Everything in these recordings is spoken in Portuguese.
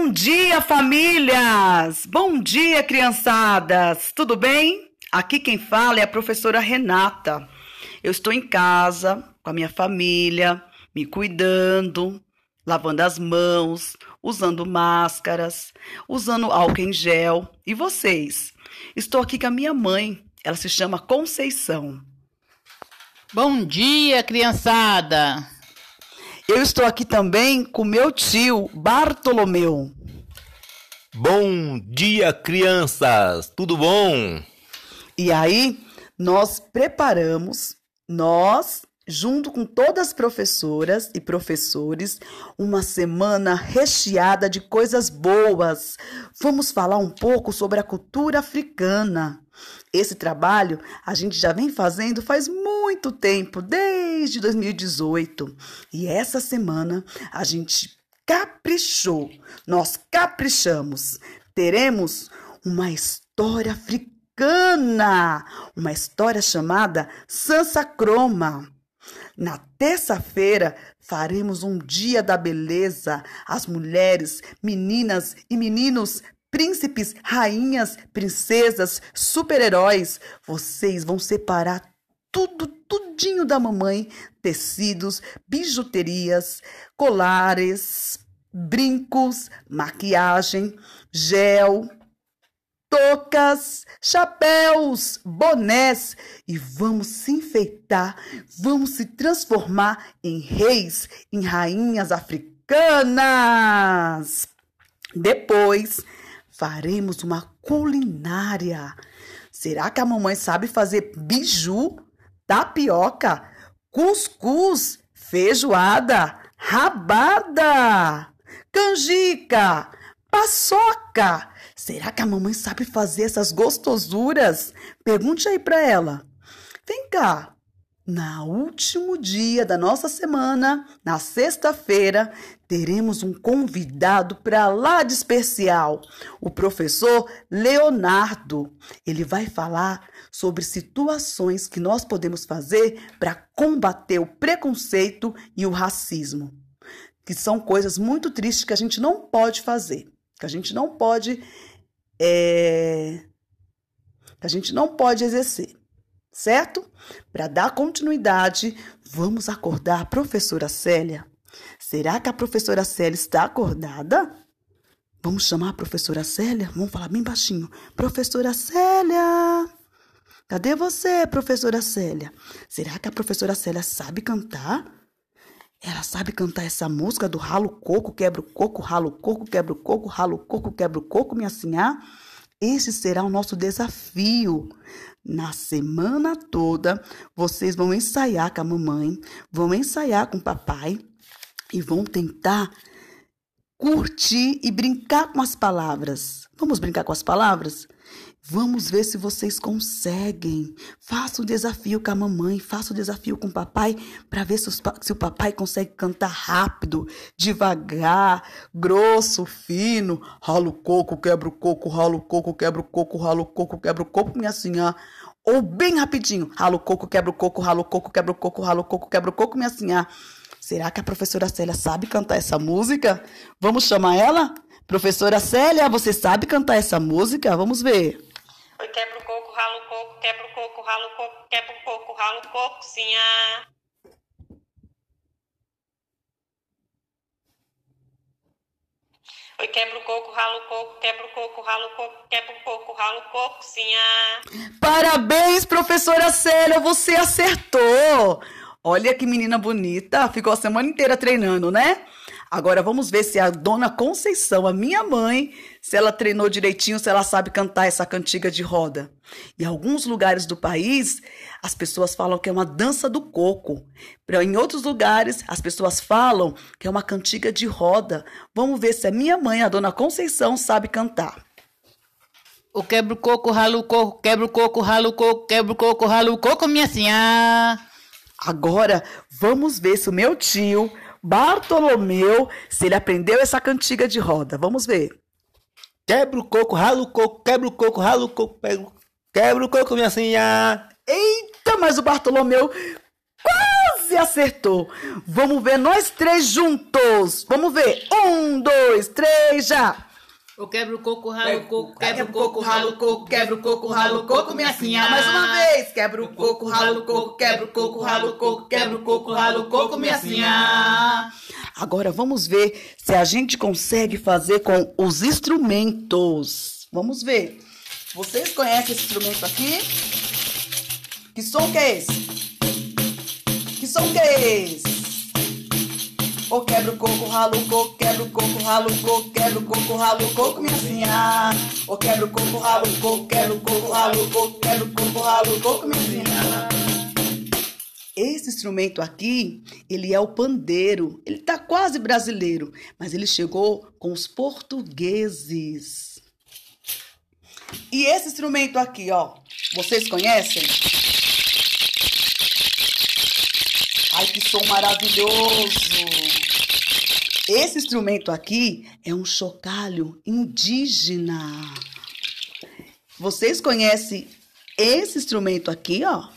Bom dia, famílias! Bom dia, criançadas! Tudo bem? Aqui quem fala é a professora Renata. Eu estou em casa com a minha família, me cuidando, lavando as mãos, usando máscaras, usando álcool em gel. E vocês? Estou aqui com a minha mãe. Ela se chama Conceição. Bom dia, criançada! Eu estou aqui também com meu tio, Bartolomeu. Bom dia, crianças! Tudo bom? E aí, junto com todas as professoras e professores, uma semana recheada de coisas boas. Vamos falar um pouco sobre a cultura africana. Esse trabalho a gente já vem fazendo faz muito tempo, desde 2018. E essa semana a gente caprichou, nós caprichamos. Teremos uma história africana, uma história chamada Sansa Croma. Na terça-feira, faremos um dia da beleza. As mulheres, meninas e meninos, príncipes, rainhas, princesas, super-heróis, vocês vão separar tudinho da mamãe, tecidos, bijuterias, colares, brincos, maquiagem, gel, toucas, chapéus, bonés e vamos se enfeitar, vamos se transformar em reis, em rainhas africanas. Depois, faremos uma culinária. Será que a mamãe sabe fazer biju, tapioca, cuscuz, feijoada, rabada, canjica, paçoca? Será que a mamãe sabe fazer essas gostosuras? Pergunte aí para ela. Vem cá. No último dia da nossa semana, na sexta-feira, teremos um convidado para lá de especial, o professor Leonardo. Ele vai falar sobre situações que nós podemos fazer para combater o preconceito e o racismo, que são coisas muito tristes que a gente não pode fazer, que a gente não pode exercer. Certo? Para dar continuidade, vamos acordar a professora Célia. Será que a professora Célia está acordada? Vamos chamar a professora Célia? Vamos falar bem baixinho. Professora Célia! Cadê você, professora Célia? Será que a professora Célia sabe cantar? Ela sabe cantar essa música do ralo coco, quebra o coco, ralo coco, quebra o coco, ralo coco, quebra o coco, minha senhora? Esse será o nosso desafio. Na semana toda, vocês vão ensaiar com a mamãe, vão ensaiar com o papai e vão tentar curtir e brincar com as palavras. Vamos brincar com as palavras? Vamos ver se vocês conseguem. Faça o desafio com a mamãe, faça o desafio com o papai para ver se o papai consegue cantar rápido, devagar, grosso, fino. Ralo coco, quebra o coco, ralo coco, quebra o coco, ralo coco, quebra o coco, minha senhora. Ou bem rapidinho. Ralo coco, quebra o coco, ralo coco, quebra o coco, ralo coco, quebra o coco, minha senhora. Será que a professora Célia sabe cantar essa música? Vamos chamar ela? Professora Célia, você sabe cantar essa música? Vamos ver. Oi, quebra o coco, ralo o coco, quebra o coco, ralo o coco, quebra o coco, ralo o coco, sim, ah. Oi, quebra o coco, ralo o coco, quebra o coco, ralo o coco, quebra o coco, ralo o coco, sim, ah. Parabéns, professora Célia, você acertou! Olha que menina bonita, ficou a semana inteira treinando, né? Agora vamos ver se a dona Conceição, a minha mãe, se ela treinou direitinho, se ela sabe cantar essa cantiga de roda. Em alguns lugares do país, as pessoas falam que é uma dança do coco. Em outros lugares, as pessoas falam que é uma cantiga de roda. Vamos ver se a minha mãe, a dona Conceição, sabe cantar. O quebra o coco, ralo o coco, quebra o coco, ralo o coco, quebra o coco, ralo o coco, minha senhora. Agora, vamos ver se o meu tio Bartolomeu, se ele aprendeu essa cantiga de roda. Vamos ver. Quebra o coco, rala o coco, quebra o coco, rala o coco, quebra o coco, minha senhora. Eita, mas o Bartolomeu quase Quase acertou. Vamos ver nós três juntos. Vamos ver. 1, 2, 3, já. Eu quebro o coco, ralo o coco, quebro o coco, ralo o coco, quebro o coco, ralo o coco, minha senhora. Mais uma vez. Quebra o coco, ralo o coco, quebra o coco, ralo o coco, quebra o coco, ralo o coco, minha senhora. Agora vamos ver se a gente consegue fazer com os instrumentos. Vamos ver. Vocês conhecem esse instrumento aqui? Que som que é esse? Que som que é esse? O quebra o coco, ralo o coco, quebra o coco, ralo o coco, quebra o coco, ralo o coco, minha senhora. O quebra o coco, ralo o coco, quebra o coco, ralo o coco, quebra o coco, ralo o coco, minha senhora. Esse instrumento aqui, ele é o pandeiro. Ele tá quase brasileiro, mas ele chegou com os portugueses. E esse instrumento aqui, ó, vocês conhecem? Ai, que som maravilhoso! Esse instrumento aqui é um chocalho indígena. Vocês conhecem esse instrumento aqui, ó?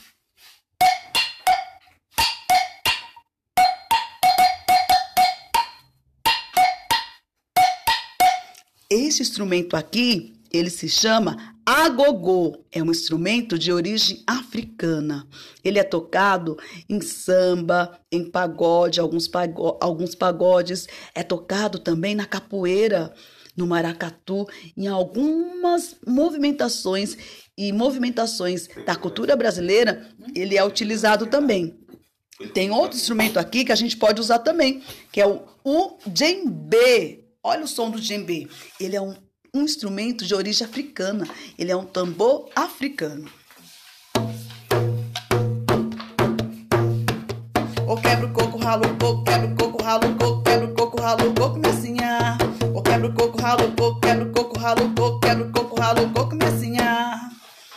Esse instrumento aqui, ele se chama agogô. É um instrumento de origem africana. Ele é tocado em samba, em pagode, alguns pagodes. É tocado também na capoeira, no maracatu, em algumas movimentações da cultura brasileira, ele é utilizado também. Tem outro instrumento aqui que a gente pode usar também, que é o djembe. Olha o som do djembe. Ele é um instrumento de origem africana. Ele é um tambor africano. O quebra o coco, ralo o coco, quebra o coco, ralo o coco, quebra o coco, ralo o coco, minha senhora. O quebra o coco, ralo o coco, quebra o coco, ralo o coco, quebra o coco, ralo o coco, minha senhora.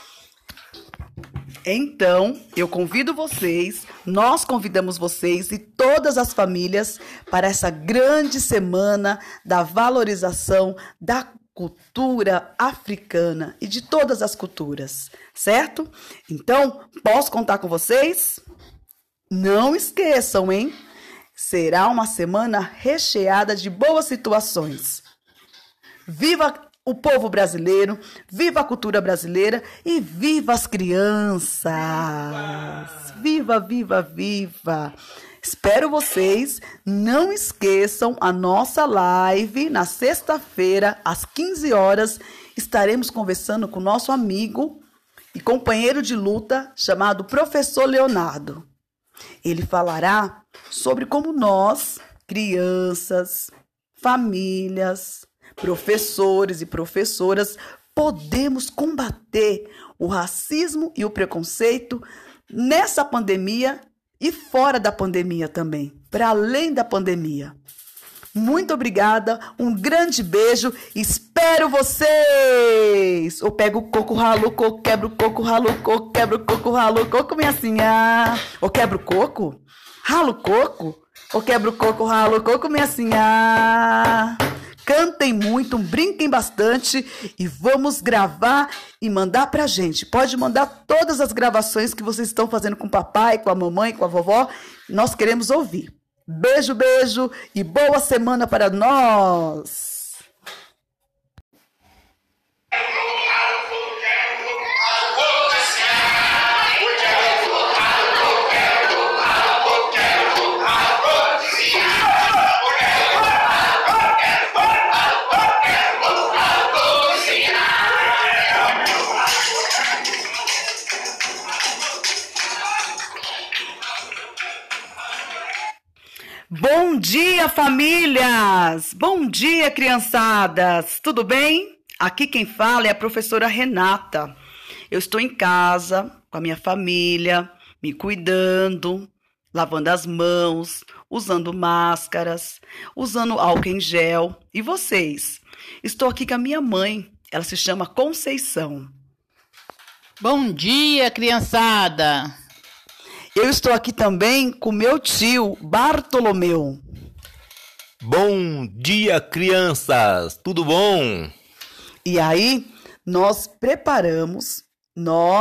Então, eu convido vocês, nós convidamos vocês e todas as famílias para essa grande semana da valorização da cultura africana e de todas as culturas, certo? Então, posso contar com vocês? Não esqueçam, hein? Será uma semana recheada de boas situações. Viva o povo brasileiro, viva a cultura brasileira e viva as crianças! Viva, viva, viva! Espero vocês. Não esqueçam a nossa live na sexta-feira, às 15 horas. Estaremos conversando com o nosso amigo e companheiro de luta chamado Professor Leonardo. Ele falará sobre como nós, crianças, famílias, professores e professoras, podemos combater o racismo e o preconceito nessa pandemia e fora da pandemia também, para além da pandemia. Muito obrigada, um grande beijo, espero vocês! Eu pego o coco, ralo o coco, quebro o coco, ralo o coco, quebro o coco, ralo o coco, minha senhora. Eu quebro o coco, ralo o coco, eu quebro o coco, ralo o coco, minha senhora. Cantem muito, brinquem bastante e vamos gravar e mandar pra gente. Pode mandar todas as gravações que vocês estão fazendo com o papai, com a mamãe, com a vovó. Nós queremos ouvir. Beijo, beijo e boa semana para nós! Bom dia, famílias! Bom dia, criançadas! Tudo bem? Aqui quem fala é a professora Renata. Eu estou em casa, com a minha família, me cuidando, lavando as mãos, usando máscaras, usando álcool em gel. E vocês? Estou aqui com a minha mãe, ela se chama Conceição. Bom dia, criançada! Eu estou aqui também com meu tio, Bartolomeu. Bom dia, crianças! Tudo bom? E aí, nós preparamos, nós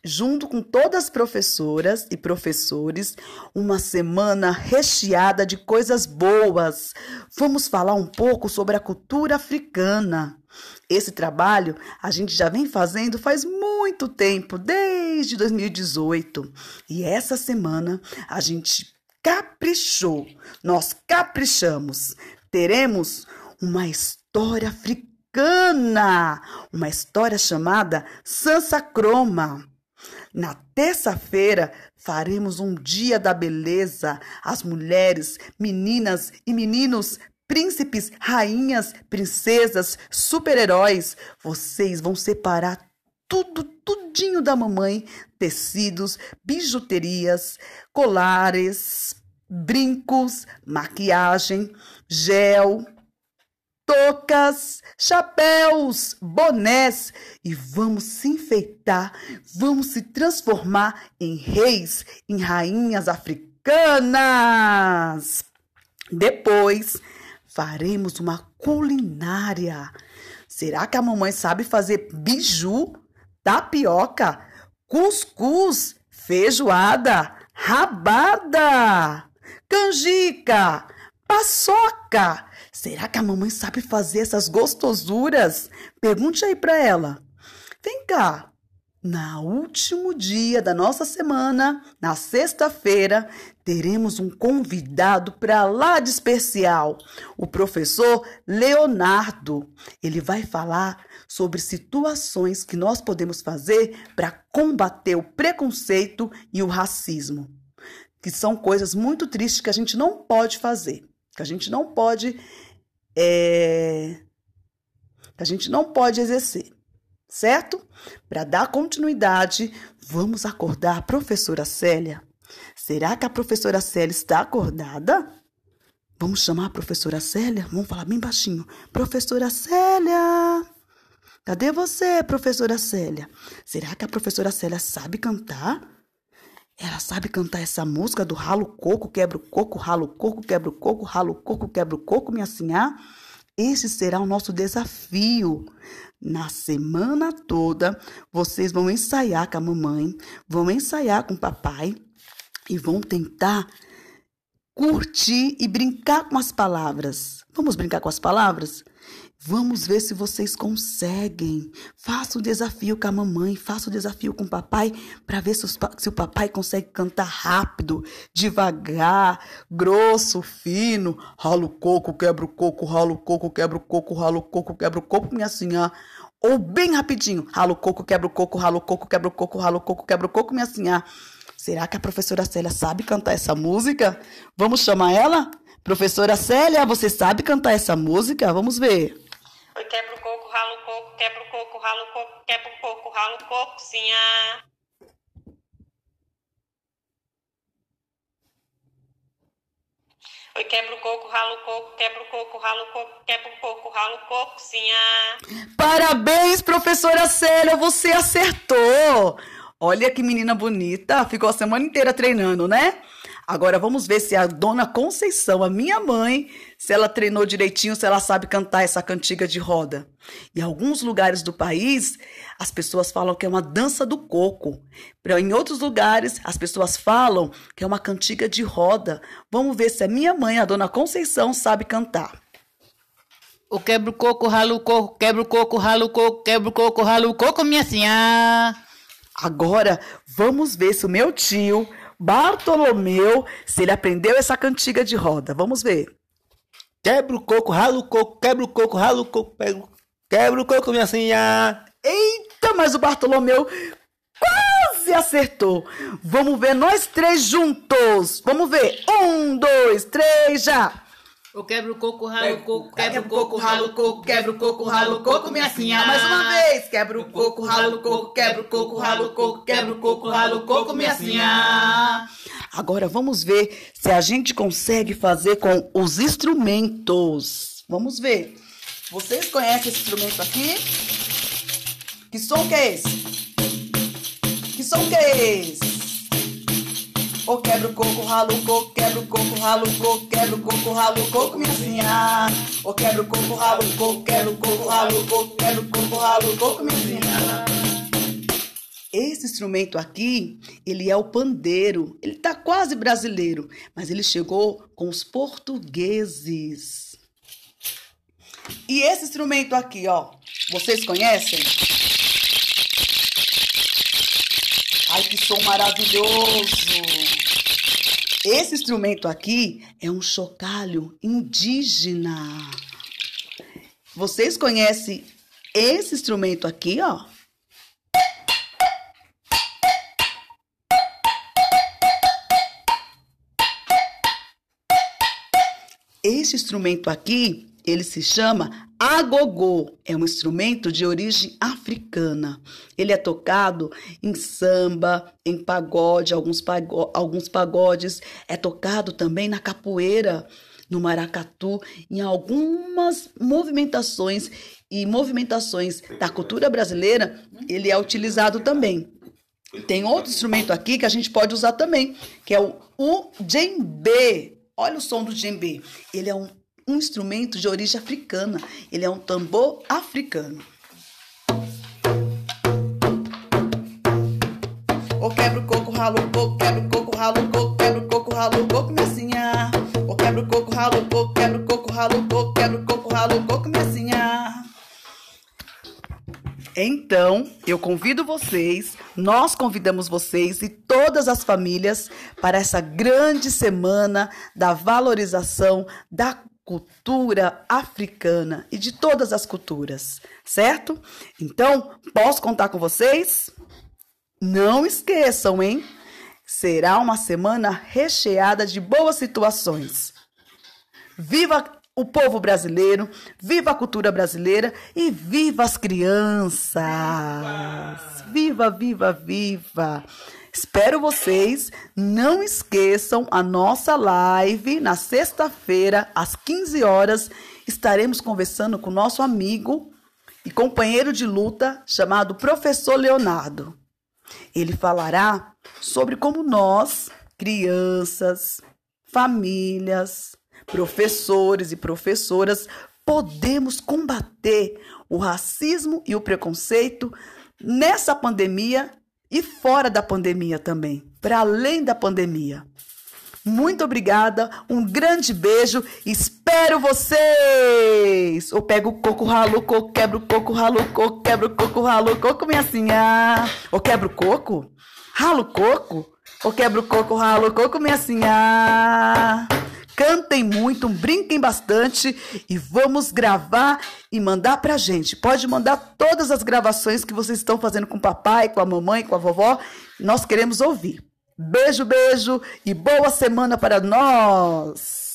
junto com todas as professoras e professores, uma semana recheada de coisas boas. Vamos falar um pouco sobre a cultura africana. Esse trabalho a gente já vem fazendo faz muito tempo, desde 2018. E essa semana a gente caprichou, nós caprichamos. Teremos uma história africana, uma história chamada Sansa Croma. Na terça-feira, faremos um dia da beleza. As mulheres, meninas e meninos, príncipes, rainhas, princesas, super-heróis, vocês vão separar tudinho da mamãe, tecidos, bijuterias, colares, brincos, maquiagem, gel, toucas, chapéus, bonés e vamos se enfeitar, vamos se transformar em reis, em rainhas africanas. Depois, faremos uma culinária. Será que a mamãe sabe fazer biju, tapioca, cuscuz, feijoada, rabada, canjica, paçoca? Será que a mamãe sabe fazer essas gostosuras? Pergunte aí para ela. Vem cá. No último dia da nossa semana, na sexta-feira, teremos um convidado para lá de especial, o professor Leonardo. Ele vai falar sobre situações que nós podemos fazer para combater o preconceito e o racismo, que são coisas muito tristes que a gente não pode fazer, que a gente não pode exercer. Certo? Para dar continuidade, vamos acordar a professora Célia. Será que a professora Célia está acordada? Vamos chamar a professora Célia? Vamos falar bem baixinho. Professora Célia! Cadê você, professora Célia? Será que a professora Célia sabe cantar? Ela sabe cantar essa música do ralo coco, quebra o coco, ralo coco, quebra o coco, ralo coco, quebra o coco, minha senhora? Esse será o nosso desafio. Na semana toda, vocês vão ensaiar com a mamãe, vão ensaiar com o papai e vão tentar curtir e brincar com as palavras. Vamos brincar com as palavras? Vamos ver se vocês conseguem. Faça o desafio com a mamãe, faça o desafio com o papai para ver se o papai consegue cantar rápido, devagar, grosso, fino. Ralo coco, quebra o coco, ralo coco, quebra o coco, ralo coco, quebra o coco, minha senhora. Ou bem rapidinho. Ralo coco, quebra o coco, ralo coco, quebra o coco, ralo coco, quebra o coco, minha senhora. Será que a professora Célia sabe cantar essa música? Vamos chamar ela? Professora Célia, você sabe cantar essa música? Vamos ver. Oi, quebra o coco, ralo o coco, quebra o coco, ralo o coco, quebra o coco, ralo o coco, sim, ah. Oi, quebra o coco, ralo o coco, quebra o coco, ralo o coco, quebra o coco, ralo o coco, sim, ah. Parabéns, professora Célia, você acertou! Olha que menina bonita, ficou a semana inteira treinando, né? Agora vamos ver se a dona Conceição, a minha mãe, se ela treinou direitinho, se ela sabe cantar essa cantiga de roda. Em alguns lugares do país, as pessoas falam que é uma dança do coco. Em outros lugares, as pessoas falam que é uma cantiga de roda. Vamos ver se a minha mãe, a dona Conceição, sabe cantar. O quebra o coco, ralo o coco, quebra o coco, ralo o coco, quebra o coco, ralo o coco, minha senhora. Agora, vamos ver se o meu tio Bartolomeu, se ele aprendeu essa cantiga de roda. Vamos ver. Quebra o coco, rala o coco, quebra o coco, rala o coco, quebra o coco, minha senhora. Eita, mas o Bartolomeu quase acertou. Vamos ver nós três juntos. Vamos ver. 1, 2, 3, já. O quebra o coco, ralo o coco, quebra o coco, ralo o coco, quebra o coco, ralo o coco, minha senhora. Mais uma vez. Quebra o coco, ralo o coco, quebra o coco, ralo o coco, quebra o coco, ralo o coco, minha senhora. Agora vamos ver se a gente consegue fazer com os instrumentos. Vamos ver. Vocês conhecem esse instrumento aqui? Que som que é esse? Que som que é esse? O quebra o coco, ralo o coco, quebra o coco, ralo o coco, quebra o coco, ralo o coco, minha senhora. O quebra o coco, ralo o coco, quebra o coco, ralo o coco, quebra o coco, ralo o coco, minha senhora. Esse instrumento aqui, ele é o pandeiro. Ele tá quase brasileiro, mas ele chegou com os portugueses. E esse instrumento aqui, ó, vocês conhecem? Ai, que som maravilhoso! Esse instrumento aqui é um chocalho indígena. Vocês conhecem esse instrumento aqui, ó? Este instrumento aqui, ele se chama agogô. É um instrumento de origem africana. Ele é tocado em samba, em pagode, alguns pagodes. É tocado também na capoeira, no maracatu, em algumas movimentações da cultura brasileira, ele é utilizado também. Tem outro instrumento aqui que a gente pode usar também, que é o djembe. Olha o som do djembe. Ele é um instrumento de origem africana. Ele é um tambor africano. O quebra o coco, rala o coco, quebra o coco, rala o coco, quebra o coco, rala o coco, minha senha. O quebra o coco, rala o coco, quebra o coco, rala o coco, quebra o coco, rala o coco, minha senha. Então, eu convido vocês, nós convidamos vocês e todas as famílias para essa grande semana da valorização da cultura africana e de todas as culturas, certo? Então, posso contar com vocês? Não esqueçam, hein? Será uma semana recheada de boas situações. Viva o povo brasileiro, viva a cultura brasileira e viva as crianças! Viva, viva, viva! Espero vocês, não esqueçam a nossa live na sexta-feira, às 15 horas. Estaremos conversando com o nosso amigo e companheiro de luta chamado Professor Leonardo. Ele falará sobre como nós, crianças, famílias, professores e professoras, podemos combater o racismo e o preconceito nessa pandemia e fora da pandemia também, para além da pandemia. Muito obrigada, um grande beijo, espero vocês! Eu pego o coco, ralo o coco, quebro o coco, ralo o coco, quebro o coco, ralo o coco, minha senha. Eu quebro o coco, ralo o coco, eu quebro o coco, ralo o coco, minha senha. Cantem muito, brinquem bastante e vamos gravar e mandar pra gente. Pode mandar todas as gravações que vocês estão fazendo com o papai, com a mamãe, com a vovó. Nós queremos ouvir. Beijo, beijo e boa semana para nós!